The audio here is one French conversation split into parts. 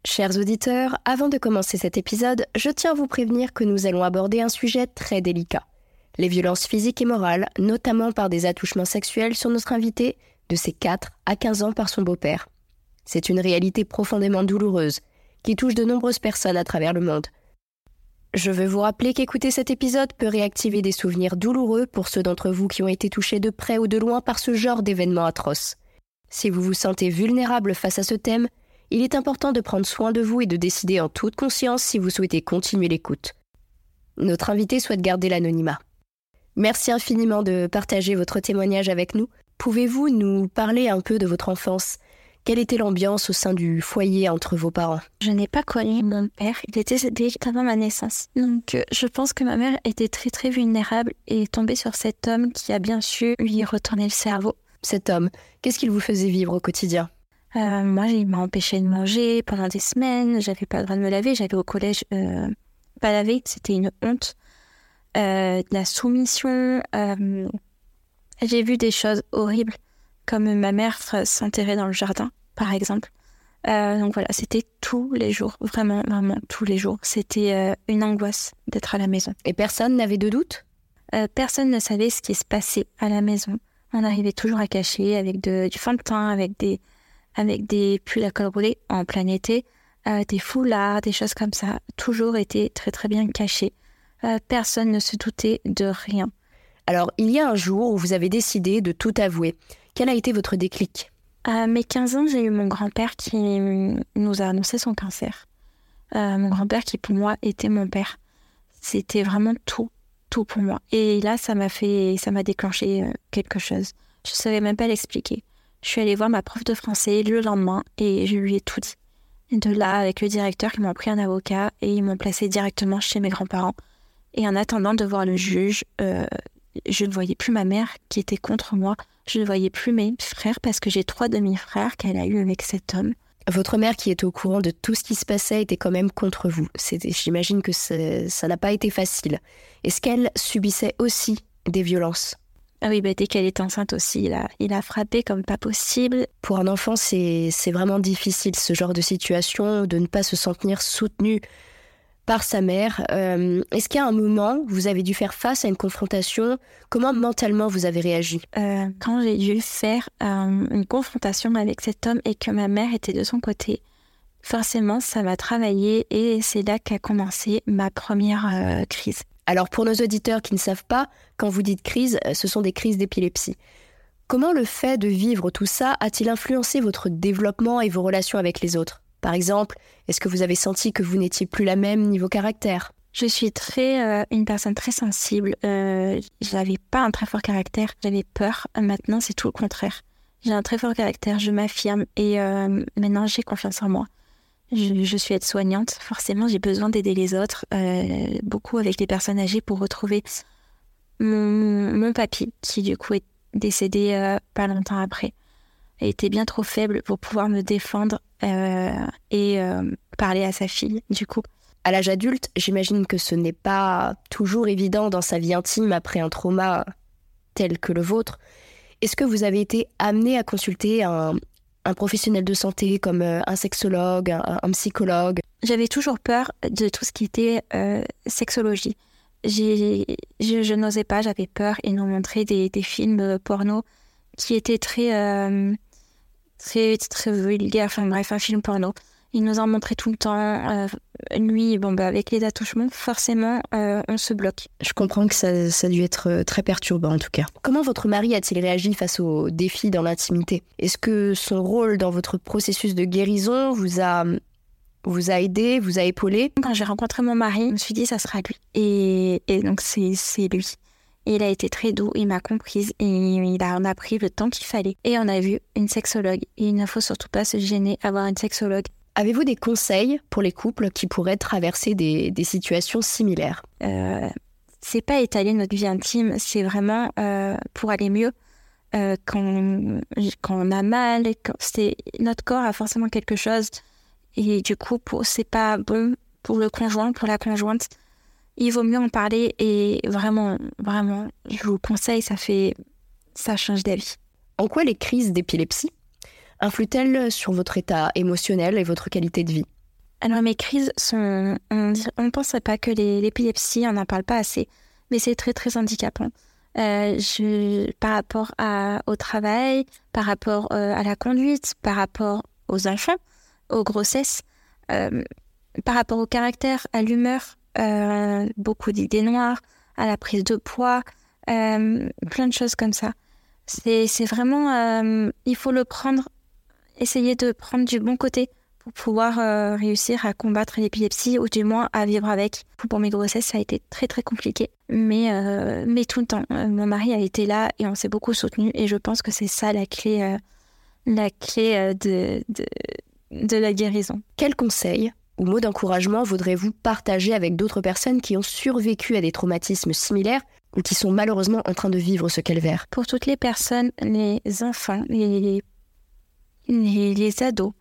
Chers auditeurs, avant de commencer cet épisode, je tiens à vous prévenir que nous allons aborder un sujet très délicat. Les violences physiques et morales, notamment par des attouchements sexuels sur notre invité de ses 4 à 15 ans par son beau-père. C'est une réalité profondément douloureuse, qui touche de nombreuses personnes à travers le monde. Je veux vous rappeler qu'écouter cet épisode peut réactiver des souvenirs douloureux pour ceux d'entre vous qui ont été touchés de près ou de loin par ce genre d'événements atroces. Si vous vous sentez vulnérable face à ce thème, il est important de prendre soin de vous et de décider en toute conscience si vous souhaitez continuer l'écoute. Notre invité souhaite garder l'anonymat. Merci infiniment de partager votre témoignage avec nous. Pouvez-vous nous parler un peu de votre enfance ? Quelle était l'ambiance au sein du foyer entre vos parents ? Je n'ai pas connu mon père, il était décédé avant ma naissance. Donc je pense que ma mère était très très vulnérable et est tombée sur cet homme qui a bien su lui retourner le cerveau. Cet homme, qu'est-ce qu'il vous faisait vivre au quotidien ? Moi, il m'a empêché de manger pendant des semaines, j'avais pas le droit de me laver, j'allais au collège pas laver, c'était une honte. De la soumission, j'ai vu des choses horribles, comme ma mère s'enterrer dans le jardin, par exemple. Donc voilà, c'était tous les jours, vraiment, vraiment tous les jours. C'était une angoisse d'être à la maison. Et personne n'avait de doute ? Personne ne savait ce qui se passait à la maison. On arrivait toujours à cacher avec du fond de teint, avec des pulls à col roulé en plein été, des foulards, des choses comme ça. Toujours été très très bien caché. Personne ne se doutait de rien. Alors, il y a un jour où vous avez décidé de tout avouer. Quel a été votre déclic ? À mes 15 ans, j'ai eu mon grand-père qui nous a annoncé son cancer. Mon grand-père qui, pour moi, était mon père. C'était vraiment tout pour moi. Et là, ça m'a déclenché quelque chose. Je ne savais même pas l'expliquer. Je suis allée voir ma prof de français le lendemain et je lui ai tout dit. Et de là, avec le directeur, ils m'ont pris un avocat et ils m'ont placée directement chez mes grands-parents. Et en attendant de voir le juge, je ne voyais plus ma mère qui était contre moi. Je ne voyais plus mes frères parce que j'ai 3 demi-frères qu'elle a eu avec cet homme. Votre mère, qui était au courant de tout ce qui se passait, était quand même contre vous. J'imagine que ça n'a pas été facile. Est-ce qu'elle subissait aussi des violences ? Ah oui, dès qu'elle est enceinte aussi, il a frappé comme pas possible. Pour un enfant, c'est vraiment difficile, ce genre de situation, de ne pas se sentir soutenu par sa mère. Est-ce qu'à un moment, vous avez dû faire face à une confrontation ? Comment mentalement vous avez réagi ? Quand j'ai dû faire une confrontation avec cet homme et que ma mère était de son côté, forcément, ça m'a travaillé et c'est là qu'a commencé ma première crise. Alors pour nos auditeurs qui ne savent pas, quand vous dites crise, ce sont des crises d'épilepsie. Comment le fait de vivre tout ça a-t-il influencé votre développement et vos relations avec les autres ? Par exemple, est-ce que vous avez senti que vous n'étiez plus la même niveau caractère ? Je suis une personne très sensible. Je n'avais pas un très fort caractère, j'avais peur. Maintenant, c'est tout le contraire. J'ai un très fort caractère, je m'affirme et maintenant, j'ai confiance en moi. Je suis aide-soignante, forcément, j'ai besoin d'aider les autres, beaucoup avec les personnes âgées pour retrouver mon papy, qui du coup est décédé pas longtemps après. Elle était bien trop faible pour pouvoir me défendre et parler à sa fille, du coup. À l'âge adulte, j'imagine que ce n'est pas toujours évident dans sa vie intime après un trauma tel que le vôtre. Est-ce que vous avez été amené à consulter un professionnel de santé comme un sexologue, un psychologue ? J'avais toujours peur de tout ce qui était sexologie. Je n'osais pas, j'avais peur. Ils nous montraient des films porno qui étaient très vulgaires. Enfin bref, un film porno. Ils nous en montraient tout le temps. Lui, avec les attouchements, forcément, on se bloque. Je comprends que ça a dû être très perturbant en tout cas. Comment votre mari a-t-il réagi face aux défis dans l'intimité ? Est-ce que son rôle dans votre processus de guérison vous a aidé, vous a épaulé ? Quand j'ai rencontré mon mari, je me suis dit ça sera lui. Et donc c'est lui. Et il a été très doux, il m'a comprise et on a pris le temps qu'il fallait. Et on a vu une sexologue. Et il ne faut surtout pas se gêner à voir une sexologue. Avez-vous des conseils pour les couples qui pourraient traverser des situations similaires ? C'est pas étaler notre vie intime, c'est vraiment pour aller mieux. Quand on a mal, notre corps a forcément quelque chose. Et du coup, c'est pas bon pour le conjoint, pour la conjointe. Il vaut mieux en parler et vraiment, vraiment, je vous conseille, ça change d'avis. En quoi les crises d'épilepsie influent-elles sur votre état émotionnel et votre qualité de vie ? Alors mes crises sont, on pense pas que l'épilepsie, on n'en parle pas assez, mais c'est très très handicapant. Par rapport au travail, par rapport à la conduite, par rapport aux enfants, aux grossesses, par rapport au caractère, à l'humeur, beaucoup d'idées noires, à la prise de poids, plein de choses comme ça. C'est vraiment, il faut essayer de prendre du bon côté pour pouvoir réussir à combattre l'épilepsie ou du moins à vivre avec. Pour mes grossesses, ça a été très très compliqué, mais tout le temps. Mon mari a été là et on s'est beaucoup soutenus et je pense que c'est ça la clé de la guérison. Quels conseils ou mots d'encouragement voudrez-vous partager avec d'autres personnes qui ont survécu à des traumatismes similaires ou qui sont malheureusement en train de vivre ce calvaire? Pour toutes les personnes, les enfants, les ados,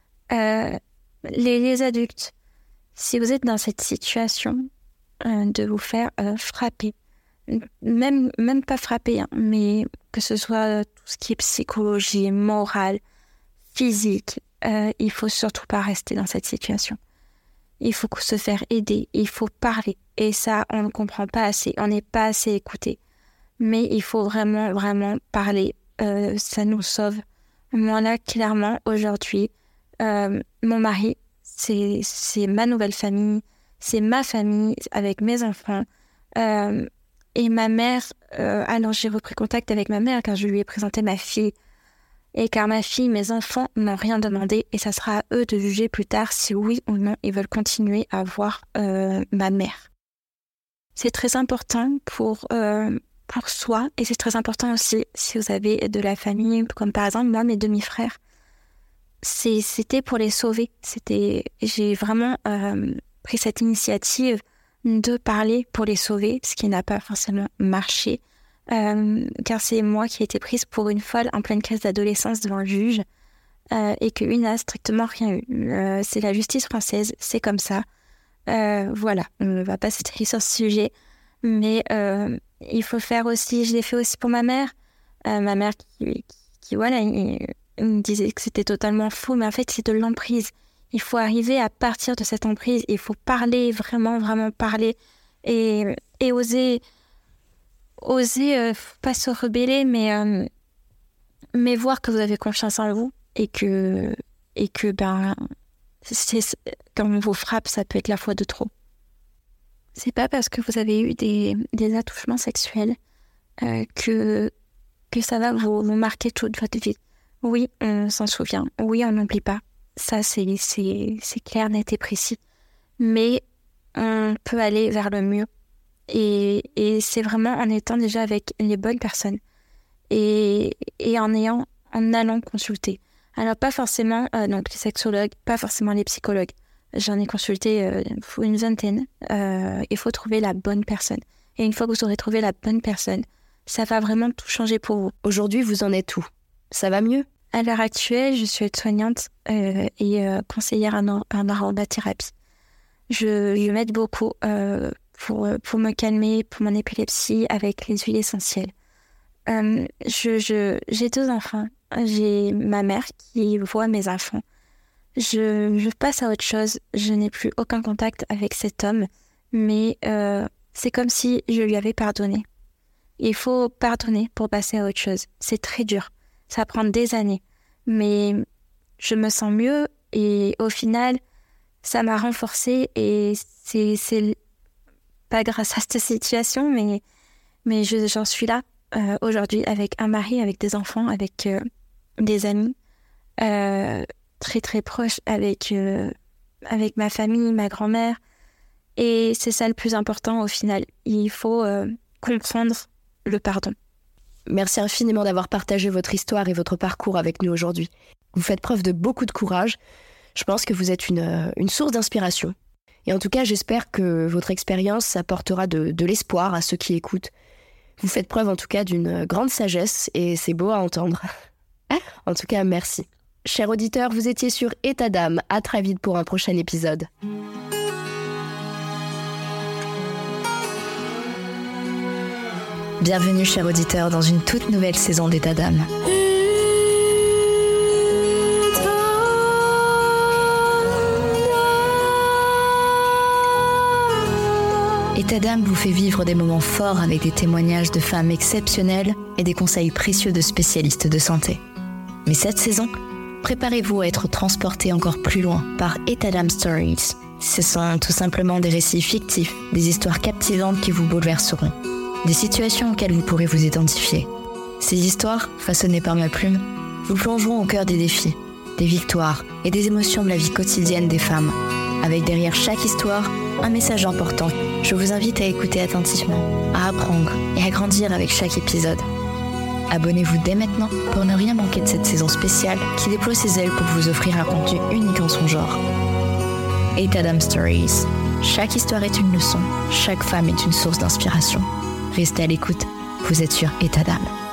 les adultes, si vous êtes dans cette situation de vous faire frapper, même pas frapper, hein, mais que ce soit tout ce qui est psychologie, morale, physique, il faut surtout pas rester dans cette situation. Il faut se faire aider, il faut parler. Et ça, on ne comprend pas assez, on n'est pas assez écouté. Mais il faut vraiment, vraiment parler. Ça nous sauve. Moi, là, clairement, aujourd'hui, mon mari, c'est ma nouvelle famille, c'est ma famille avec mes enfants. Et ma mère, alors j'ai repris contact avec ma mère car je lui ai présenté ma fille. Et car ma fille, mes enfants n'ont rien demandé et ça sera à eux de juger plus tard si oui ou non ils veulent continuer à voir ma mère. C'est très important pour soi et c'est très important aussi si vous avez de la famille, comme par exemple moi, mes demi-frères. C'était pour les sauver. J'ai vraiment pris cette initiative de parler pour les sauver, ce qui n'a pas forcément marché. Car c'est moi qui ai été prise pour une folle en pleine crise d'adolescence devant le juge et que lui n'a strictement rien eu. C'est la justice française, c'est comme ça. Voilà, on ne va pas s'étaler sur ce sujet, mais il faut faire aussi, je l'ai fait aussi pour ma mère qui voilà, il me disait que c'était totalement faux, mais en fait c'est de l'emprise. Il faut arriver à partir de cette emprise, il faut parler, vraiment, vraiment parler et oser pas se rebeller, mais voir que vous avez confiance en vous et que quand on vous frappe, ça peut être la fois de trop. C'est pas parce que vous avez eu des attouchements sexuels que ça va vous marquer toute votre vie. Oui, on s'en souvient. Oui, on n'oublie pas. Ça, c'est clair, net et précis. Mais on peut aller vers le mieux. Et c'est vraiment en étant déjà avec les bonnes personnes et en allant consulter. Alors pas forcément donc les sexologues, pas forcément les psychologues. J'en ai consulté une vingtaine. Il faut trouver la bonne personne. Et une fois que vous aurez trouvé la bonne personne, ça va vraiment tout changer pour vous. Aujourd'hui, vous en êtes où? Ça va mieux? À l'heure actuelle, je suis aide-soignante et conseillère en aromathérapie. Je m'aide beaucoup pour me calmer, pour mon épilepsie avec les huiles essentielles. J'ai 2 enfants. J'ai ma mère qui voit mes enfants. Je passe à autre chose. Je n'ai plus aucun contact avec cet homme, mais c'est comme si je lui avais pardonné. Il faut pardonner pour passer à autre chose. C'est très dur. Ça prend des années. Mais je me sens mieux et au final, ça m'a renforcée et c'est pas grâce à cette situation, mais j'en suis là aujourd'hui avec un mari, avec des enfants, avec des amis très très proches, avec ma famille, ma grand-mère. Et c'est ça le plus important au final. Il faut comprendre le pardon. Merci infiniment d'avoir partagé votre histoire et votre parcours avec nous aujourd'hui. Vous faites preuve de beaucoup de courage. Je pense que vous êtes une source d'inspiration. Et en tout cas, j'espère que votre expérience apportera de l'espoir à ceux qui écoutent. Vous faites preuve en tout cas d'une grande sagesse et c'est beau à entendre. En tout cas, merci. Chers auditeurs, vous étiez sur État d'âme. À très vite pour un prochain épisode. Bienvenue, chers auditeurs, dans une toute nouvelle saison d'État d'âme. État d'âme vous fait vivre des moments forts avec des témoignages de femmes exceptionnelles et des conseils précieux de spécialistes de santé. Mais cette saison, préparez-vous à être transporté encore plus loin par État d'âme Stories. Ce sont tout simplement des récits fictifs, des histoires captivantes qui vous bouleverseront, des situations auxquelles vous pourrez vous identifier. Ces histoires, façonnées par ma plume, vous plongeront au cœur des défis, des victoires et des émotions de la vie quotidienne des femmes. Avec derrière chaque histoire, un message important. Je vous invite à écouter attentivement, à apprendre et à grandir avec chaque épisode. Abonnez-vous dès maintenant pour ne rien manquer de cette saison spéciale qui déploie ses ailes pour vous offrir un contenu unique en son genre. État d'âme Stories. Chaque histoire est une leçon, chaque femme est une source d'inspiration. Restez à l'écoute, vous êtes sur État d'âme.